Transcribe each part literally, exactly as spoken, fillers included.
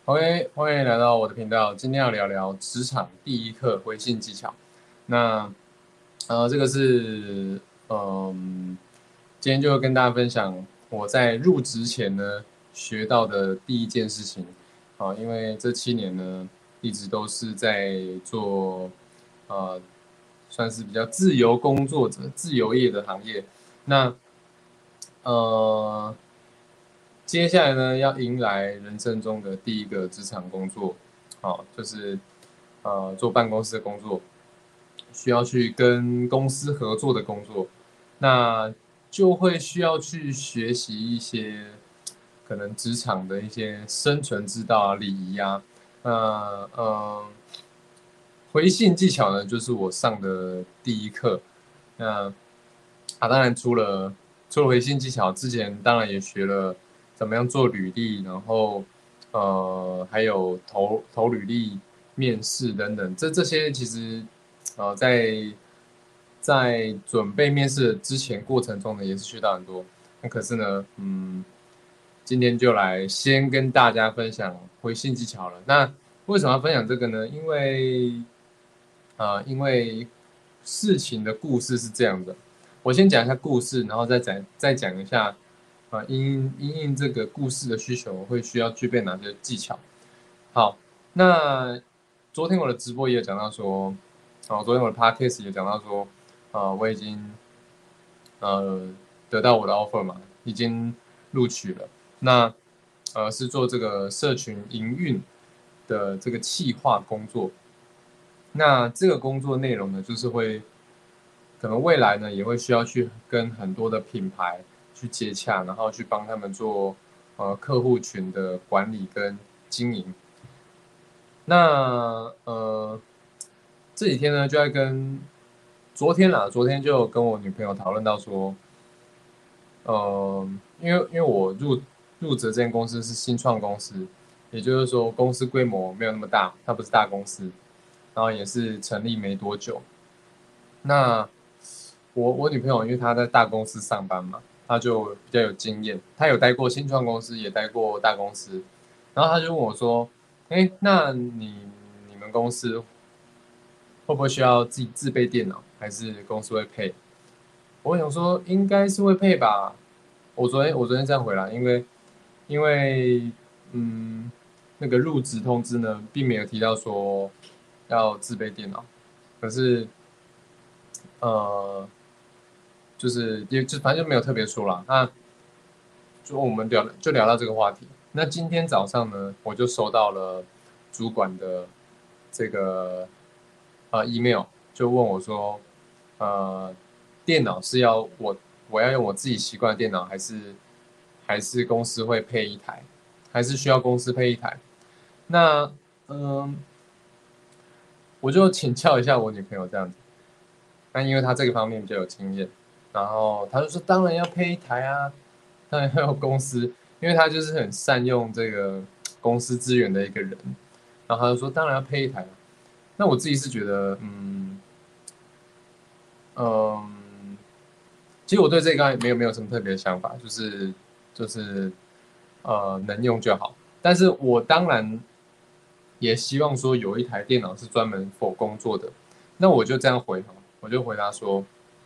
OK，欢迎来到我的频道。今天要聊聊职场第一课回信技巧。那呃，这个是嗯，今天就会跟大家分享我在入职前呢学到的第一件事情。啊，因为这七年呢一直都是在做呃，算是比较自由工作者、自由业的行业。那呃，接下来呢，要迎来人生中的第一个职场工作，好、就是呃做办公室的工作，需要去跟公司合作的工作，那就会需要去学习一些可能职场的一些生存之道啊、礼仪啊，那呃回信技巧呢，就是我上的第一课。那啊，当然除了除了回信技巧，之前当然也学了怎么样做履历，然后呃还有投投履历、面试等等，这这些其实呃在在准备面试之前过程中呢，也是学到很多。那可是呢，嗯，今天就来先跟大家分享回信技巧了。那为什么要分享这个呢？因为呃，因为事情的故事是这样的，我先讲一下故事，然后再讲再讲一下，啊、呃，因因应这个故事的需求会需要具备哪些技巧。好，那昨天我的直播也有讲到说，哦，昨天我的 podcast 也讲到说，呃，我已经呃得到我的 offer 嘛，已经录取了。那呃是做这个社群营运的这个企划工作。那这个工作内容呢，就是会可能未来呢也会需要去跟很多的品牌去接洽，然后去帮他们做呃客户群的管理跟经营。那呃这几天呢就在跟昨天啦，昨天就跟我女朋友讨论到说，呃，因为因为我入入职这间公司是新创公司，也就是说公司规模没有那么大，它不是大公司，然后也是成立没多久。那我我女朋友因为她在大公司上班嘛，她就比较有经验，她有待过新创公司，也待过大公司，然后她就问我说：“哎，那你你们公司会不会需要自己自备电脑，还是公司会配？”我想说应该是会配吧。我昨天我昨天这样回来，因为因为嗯那个入职通知呢，并没有提到说要自备电脑，可是呃就是也就反正就没有特别说啦。那就我们聊就聊到这个话题。那今天早上呢，我就收到了主管的这个呃 email，就问我说，呃，电脑是要我我要用我自己习惯的电脑，还是还是公司会配一台，还是需要公司配一台？那嗯，我就请教一下我女朋友这样子。那因为她这个方面比较有经验，然后她就说当然要配一台啊，当然要有公司，因为她就是很善用这个公司资源的一个人。然后她就说当然要配一台啊。那我自己是觉得，嗯嗯，其实我对这个没有没有什么特别的想法，就是就是呃能用就好。但是我当然也希望说有一台电脑是专门 for 工作的。那我就这样回哈，我就回答说，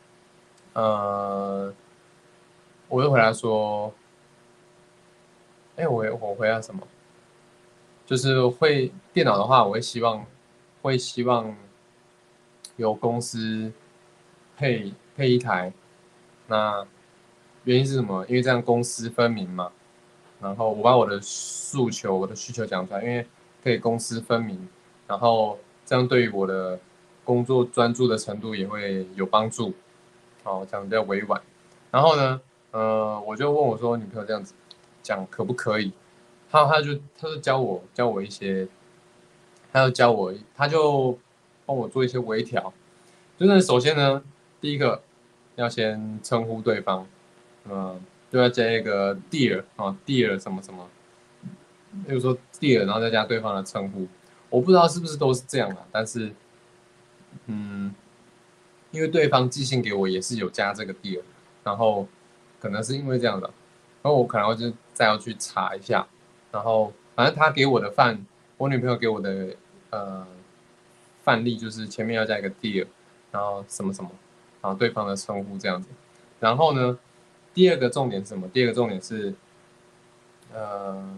呃，我就回答说，哎，我我回答什么？就是会电脑的话，我会希望会希望由公司配配一台。那原因是什么？因为这样公私分明嘛。然后我把我的诉求、我的需求讲出来，因为可以公私分明，然后这样对于我的工作专注的程度也会有帮助。好，讲的比较委婉。然后呢，呃，我就问我说，女朋友这样子讲可不可以？他他就他就教我教我一些，他就教我，他就帮我做一些微调。就是首先呢，第一个要先称呼对方，嗯，就要加一个 dear 啊，dear 什么什么，比如说 dear，然后再加对方的称呼。我不知道是不是都是这样啊，但是嗯，因为对方寄信给我也是有加这个 dear，然后可能是因为这样的，然后我可能会就再要去查一下，然后反正他给我的范，我女朋友给我的呃范例就是前面要加一个 dear，然后什么什么，然后对方的称呼这样子。然后呢，第二个重点是什么？第二个重点是呃，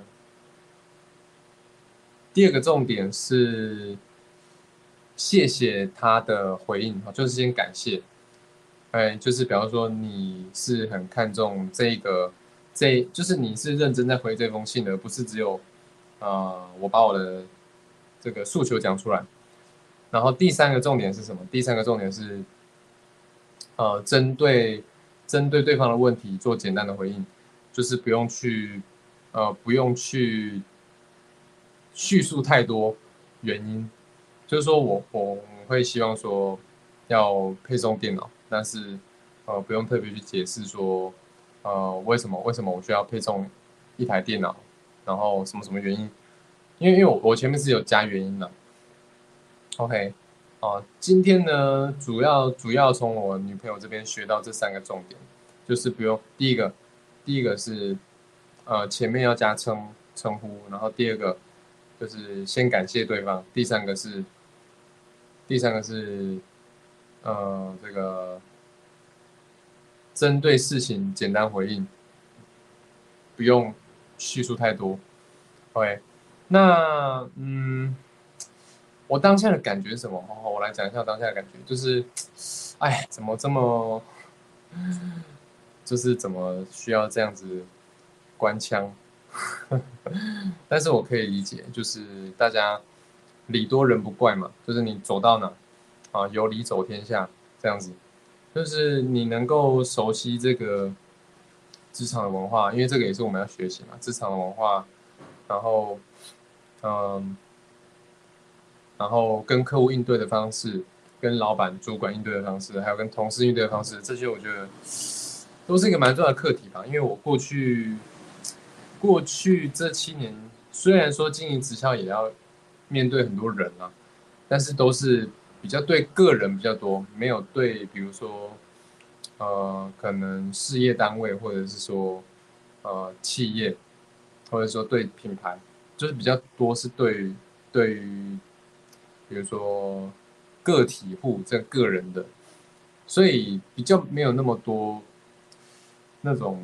第二个重点是谢谢他的回应，就是先感谢。哎，就是比方说你是很看重这个，这就是你是认真在回这封信的，而不是只有呃我把我的这个诉求讲出来。然后第三个重点是什么？第三个重点是呃针对针对对方的问题做简单的回应，就是不用去呃不用去叙述太多原因，就是说我我会希望说要配送电脑，但是呃不用特别去解释说呃为什么为什么我需要配送一台电脑，然后什么什么原因，因为因为我我前面是有加原因的，OK，哦，今天呢主要主要从我女朋友这边学到这三个重点，就是不用第一个第一个是呃前面要加称称呼，然后第二个就是先感谢对方，第三个是第三个是呃这个针对事情简单回应，不用叙述太多。OK，那嗯，我当下的感觉是什么？哦，我来讲一下当下的感觉，就是，哎，怎么这么，就是怎么需要这样子官腔？但是我可以理解，就是大家礼多人不怪嘛，就是你走到哪啊，有礼走天下这样子，就是你能够熟悉这个职场的文化，因为这个也是我们要学习嘛，职场的文化，然后嗯，然后跟客户应对的方式，跟老板、主管应对的方式，还有跟同事应对的方式，这些我觉得都是一个蛮重要的课题吧。因为我过去过去这七年，虽然说经营直销也要面对很多人啊，但是都是比较对个人比较多，没有对比如说呃可能事业单位或者是说呃企业，或者说对品牌，就是比较多是对于对于比如说个体户这个人的，所以比较没有那么多那种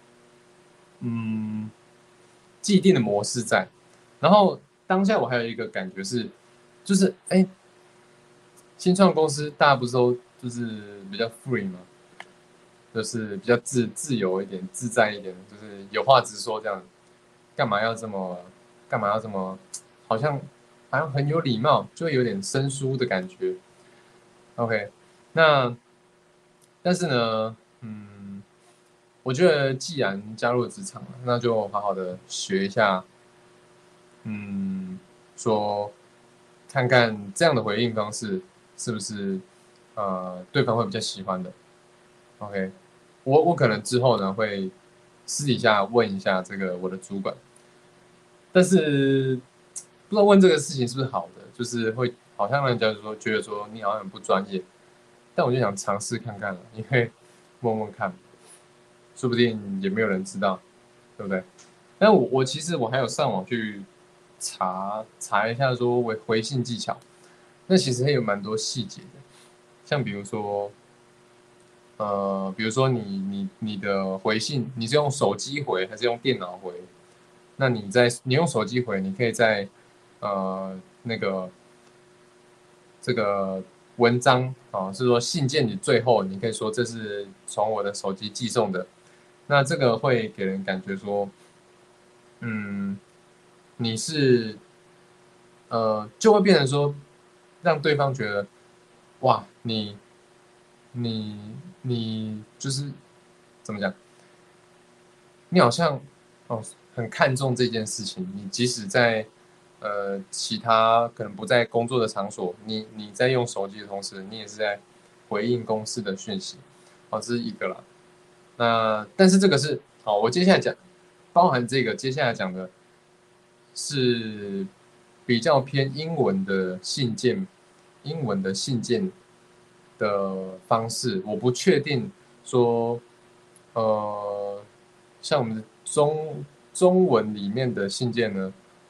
嗯既定的模式在。然后当下我还有一个感觉是，就是哎，新创公司大家不是都就是比较 free 嘛，就是比较自自由一点、自在一点，就是有话直说这样。干嘛要这么干嘛要这么，好像好像很有礼貌，就会有点生疏的感觉。OK，那但是呢，嗯，我觉得既然加入了职场了，那就好好的学一下，嗯，说看看这样的回应方式是不是呃对方会比较喜欢的。OK，我我可能之后呢会私底下问一下这个我的主管，但是不知道问这个事情是不是好的，就是会好像让人家说觉得说你好像很不专业，但我就想尝试看看了，因为问问看，说不定也没有人知道，对不对？但我我其实我还有上网去查查一下说回回信技巧，那其实还有蛮多细节的，像比如说呃，比如说你你你的回信你是用手机回还是用电脑回？那你在你用手机回，你可以在呃那个这个文章啊，是说信件你最后你可以说这是从我的手机寄送的，那这个会给人感觉说，嗯，你是呃就会变成说让对方觉得哇，你你你就是怎么讲？你好像哦很看重这件事情，你即使在呃其他可能不在工作的场所，你你在用手机的同时，你也是在回应公司的讯息，哦，这是一个啦。那但是这个是好，我接下来讲包含这个接下来讲的是比较偏英文的信件，英文的信件的方式，我不确定说呃。像我们中中文里面的信件呢，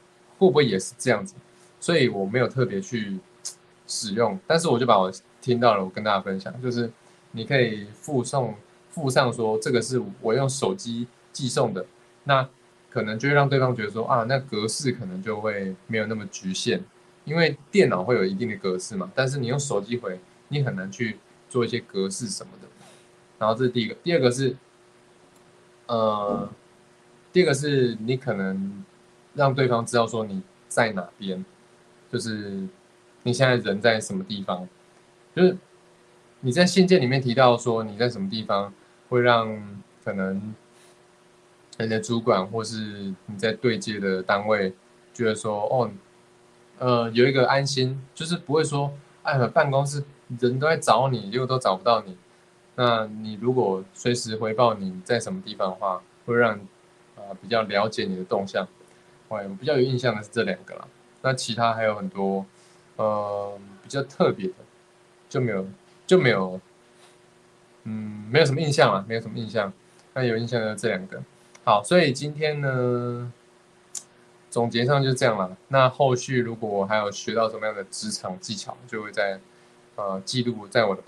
会不会也是这样子？所以我没有特别去使用，但是我就把我听到了，我跟大家分享，就是你可以附送附上说这个是我用手机寄送的，那可能就会让对方觉得说啊，那格式可能就会没有那么局限，因为电脑会有一定的格式嘛，但是你用手机回，你很难去做一些格式什么的。然后这是第一个，第二个是呃，第二个是你可能让对方知道说你在哪边，就是你现在人在什么地方，就是你在信件里面提到说你在什么地方，会让可能你的主管或是你在对接的单位觉得说，哦，呃，有一个安心，就是不会说，哎呀，办公室人都在找你，结果都找不到你。那你如果随时回报你在什么地方的话，会让啊、呃比较了解你的动向。我比较有印象的是这两个啦，那其他还有很多，呃，比较特别的就没有就没有，嗯，没有什么印象啦，没有什么印象。那有印象的这两个。好，所以今天呢，总结上就是这样啦。那后续如果我还有学到什么样的职场技巧，就会在呃记录在我的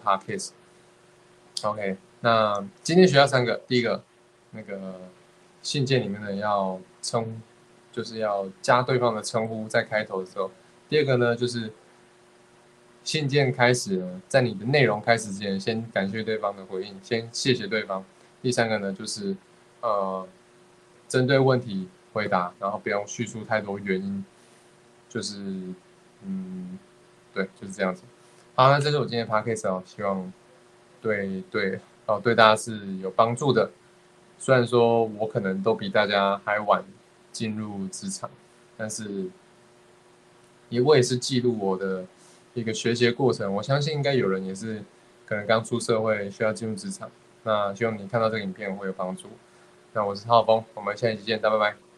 podcast。OK，那今天学到三个，第一个那个信件里面呢要称，就是要加对方的称呼在开头的时候。第二个呢就是信件开始呢，在你的内容开始之前，先感谢对方的回应，先谢谢对方。第三个呢就是呃针对问题回答，然后不用叙述太多原因，就是嗯对，就是这样子。好，那这是我今天的 podcast 哦，希望对对哦对大家是有帮助的。虽然说我可能都比大家还晚进入职场，但是也我也是记录我的一个学习过程。我相信应该有人也是可能刚出社会需要进入职场，那希望你看到这个影片会有帮助。那我是浩峰，我们下一期见，大家拜拜。